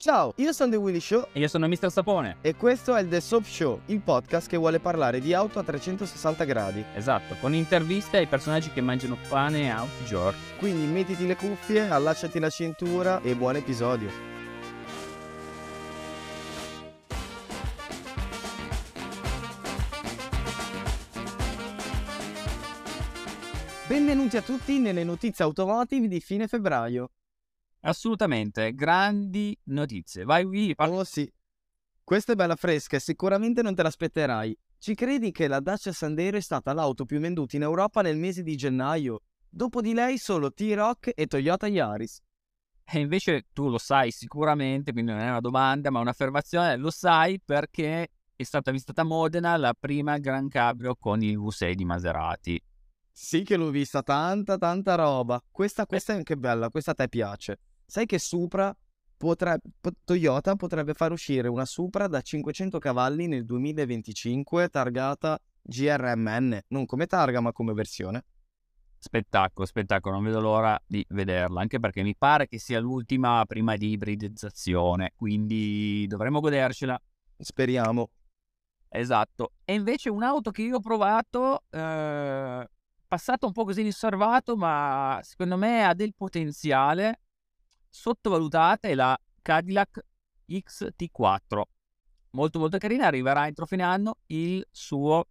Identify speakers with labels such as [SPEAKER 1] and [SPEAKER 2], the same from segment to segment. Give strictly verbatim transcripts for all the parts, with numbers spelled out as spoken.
[SPEAKER 1] Ciao, io sono The Willy Show
[SPEAKER 2] E io sono mister Sapone.
[SPEAKER 1] e questo è il The Soap Show, il podcast che vuole parlare di auto a trecentosessanta gradi.
[SPEAKER 2] Esatto, con interviste ai personaggi che mangiano pane a tutti i giorni.
[SPEAKER 1] Quindi mettiti le cuffie, allacciati la cintura e buon episodio. Benvenuti a tutti nelle notizie automotive di fine febbraio.
[SPEAKER 2] Assolutamente, grandi notizie. Vai Willy, parla.
[SPEAKER 1] Oh sì, questa è bella fresca e sicuramente non te l'aspetterai. Ci credi che la Dacia Sandero è stata l'auto più venduta in Europa nel mese di gennaio? Dopo di lei solo T-Roc e Toyota Yaris.
[SPEAKER 2] E invece tu lo sai sicuramente, quindi non è una domanda ma un'affermazione, lo sai perché è stata visitata a Modena la prima Gran Cabrio con il V sei di Maserati.
[SPEAKER 1] Sì che l'ho vista, tanta tanta roba. Questa, questa è anche bella, questa a te piace. Sai che Supra potrebbe, Toyota potrebbe far uscire una Supra da cinquecento cavalli nel duemilaventicinque targata G R M N, non come targa ma come versione.
[SPEAKER 2] Spettacolo, spettacolo, non vedo l'ora di vederla, anche perché mi pare che sia l'ultima prima di ibridizzazione, quindi dovremmo godercela.
[SPEAKER 1] Speriamo.
[SPEAKER 2] Esatto. E invece un'auto che io ho provato, eh, passata un po' così inosservato, ma secondo me ha del potenziale, sottovalutata, è la Cadillac X T quattro. Molto molto carina, arriverà entro fine anno il suo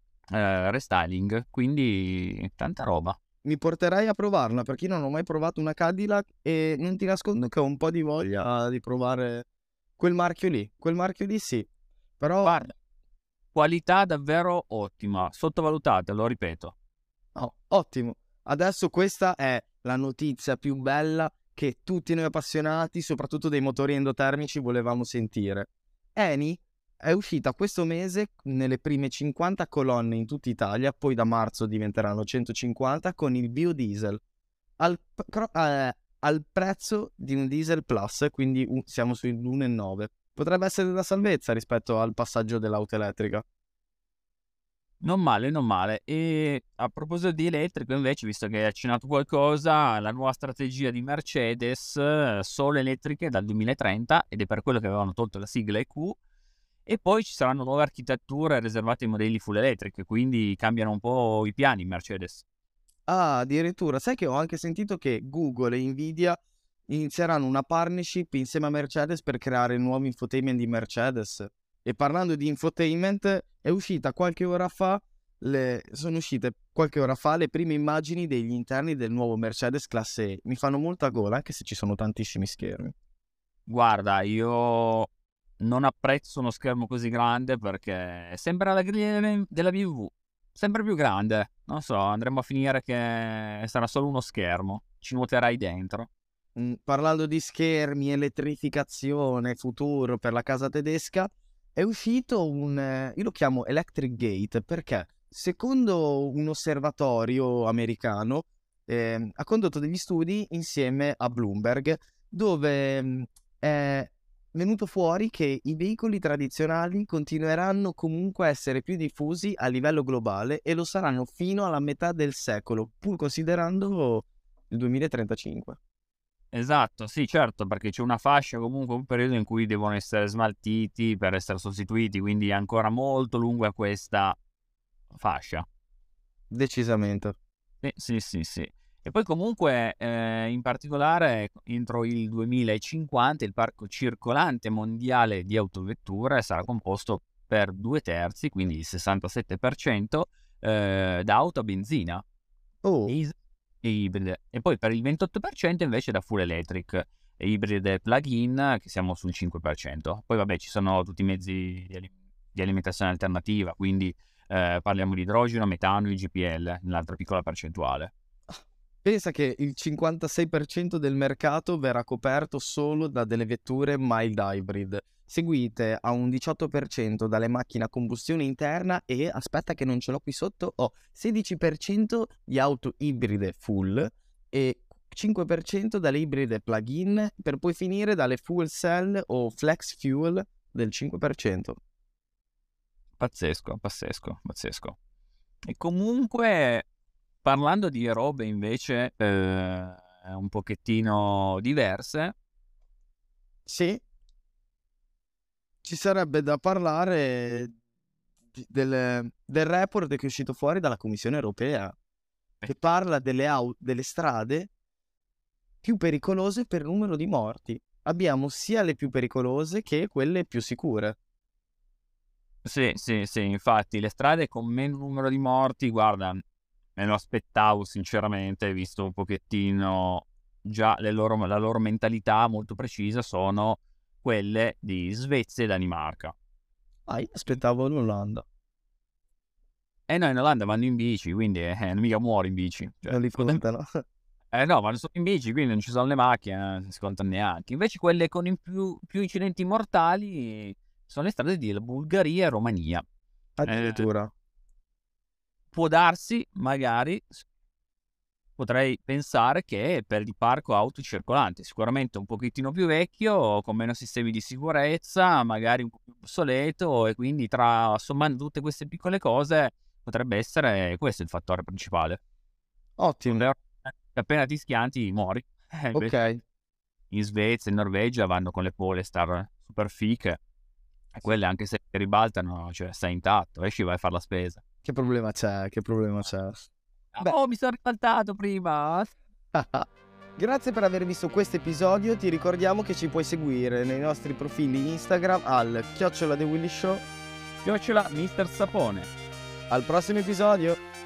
[SPEAKER 2] eh, restyling, quindi tanta roba.
[SPEAKER 1] Mi porterai a provarla perché io non ho mai provato una Cadillac e non ti nascondo che ho un po' di voglia di provare quel marchio lì. Quel marchio lì sì, però
[SPEAKER 2] Guarda, qualità davvero ottima, sottovalutata, lo ripeto.
[SPEAKER 1] oh, ottimo. Adesso questa è la notizia più bella che tutti noi appassionati, soprattutto dei motori endotermici, volevamo sentire. Eni è uscita questo mese nelle prime cinquanta colonne in tutta Italia, poi da marzo diventeranno centocinquanta con il biodiesel al, pro- eh, al prezzo di un diesel plus, quindi un- siamo sull'uno virgola nove. Potrebbe essere una salvezza rispetto al passaggio dell'auto elettrica.
[SPEAKER 2] Non male, non male. E a proposito di elettrico, invece, visto che hai accennato qualcosa, la nuova strategia di Mercedes, eh, solo elettriche dal duemilatrenta, ed è per quello che avevano tolto la sigla E Q, e poi ci saranno nuove architetture riservate ai modelli full electric, quindi cambiano un po' i piani Mercedes.
[SPEAKER 1] Ah, addirittura, sai che ho anche sentito che Google e Nvidia inizieranno una partnership insieme a Mercedes per creare il nuovo infotainment di Mercedes. E parlando di infotainment, è uscita qualche ora fa, le... sono uscite qualche ora fa le prime immagini degli interni del nuovo Mercedes classe E. Mi fanno molta gola, anche se ci sono tantissimi schermi.
[SPEAKER 2] Guarda, io non apprezzo uno schermo così grande perché sembra la griglia della B M W, sempre più grande. Non so, andremo a finire che sarà solo uno schermo, ci nuoterai dentro.
[SPEAKER 1] Mm, parlando di schermi, elettrificazione, futuro per la casa tedesca, è uscito un, eh, io lo chiamo Electric Gate perché secondo un osservatorio americano eh, ha condotto degli studi insieme a Bloomberg dove mm, è venuto fuori che i veicoli tradizionali continueranno comunque a essere più diffusi a livello globale e lo saranno fino alla metà del secolo, pur considerando il duemilatrentacinque.
[SPEAKER 2] Esatto, sì, certo, perché c'è una fascia, comunque un periodo in cui devono essere smaltiti per essere sostituiti, quindi è ancora molto lunga questa fascia.
[SPEAKER 1] Decisamente.
[SPEAKER 2] Sì, sì, sì, sì. E poi comunque, eh, in particolare, entro il duemilacinquanta il parco circolante mondiale di autovetture sarà composto per due terzi, quindi il sessantasette per cento, eh, da auto a benzina
[SPEAKER 1] Oh,
[SPEAKER 2] e, is- e ibride. E poi per il ventotto per cento invece da full electric e ibride plug-in, che siamo sul cinque per cento. Poi vabbè, ci sono tutti i mezzi di, ali- di alimentazione alternativa, quindi eh, parliamo di idrogeno, metano e G P L, nell'altra piccola percentuale.
[SPEAKER 1] pensa che il cinquantasei per cento del mercato verrà coperto solo da delle vetture mild hybrid, seguite a un diciotto per cento dalle macchine a combustione interna e, aspetta che non ce l'ho qui sotto, ho sedici per cento di auto ibride full e cinque per cento dalle ibride plug-in, per poi finire dalle fuel cell o flex fuel del cinque per cento.
[SPEAKER 2] Pazzesco, pazzesco, pazzesco. E comunque, parlando di robe invece eh, un pochettino diverse,
[SPEAKER 1] Sì, ci sarebbe da parlare di- del, del report che è uscito fuori dalla Commissione Europea, che parla delle, au- delle strade più pericolose per numero di morti. Abbiamo sia le più pericolose che quelle più sicure.
[SPEAKER 2] Sì, sì, sì, infatti le strade con meno numero di morti, guarda, me lo aspettavo sinceramente, visto un pochettino già le loro, la loro mentalità molto precisa sono quelle di Svezia e Danimarca.
[SPEAKER 1] Ah, io aspettavo l'Olanda.
[SPEAKER 2] E noi in Olanda vanno in bici, quindi eh, non mica muori in bici. Cioè,
[SPEAKER 1] Non li
[SPEAKER 2] fondament-
[SPEAKER 1] contano.
[SPEAKER 2] eh no, vanno solo in bici, quindi non ci sono le macchine, eh, non si contano neanche. Invece quelle con in più, più incidenti mortali sono le strade di Bulgaria e Romania. Eh,
[SPEAKER 1] Addirittura.
[SPEAKER 2] può darsi, magari, s- potrei pensare che per il parco auto circolante, sicuramente un pochettino più vecchio, con meno sistemi di sicurezza, magari un po' più obsoleto, e quindi tra sommando tutte queste piccole cose potrebbe essere questo il fattore principale.
[SPEAKER 1] Ottimo.
[SPEAKER 2] Ovvero, eh, appena ti schianti muori. Eh, invece
[SPEAKER 1] Ok.
[SPEAKER 2] in Svezia, in Norvegia vanno con le Polestar super fiche, e quelle anche se ti ribaltano, cioè stai intatto, esci e vai a fare la spesa.
[SPEAKER 1] Che problema c'è? Che problema c'è? Beh,
[SPEAKER 2] Oh, mi sono ribaltato prima!
[SPEAKER 1] grazie per aver visto questo episodio. Ti ricordiamo che ci puoi seguire nei nostri profili Instagram al chiocciola The Willy Show.
[SPEAKER 2] Chiocciola mister Sapone.
[SPEAKER 1] Al prossimo episodio.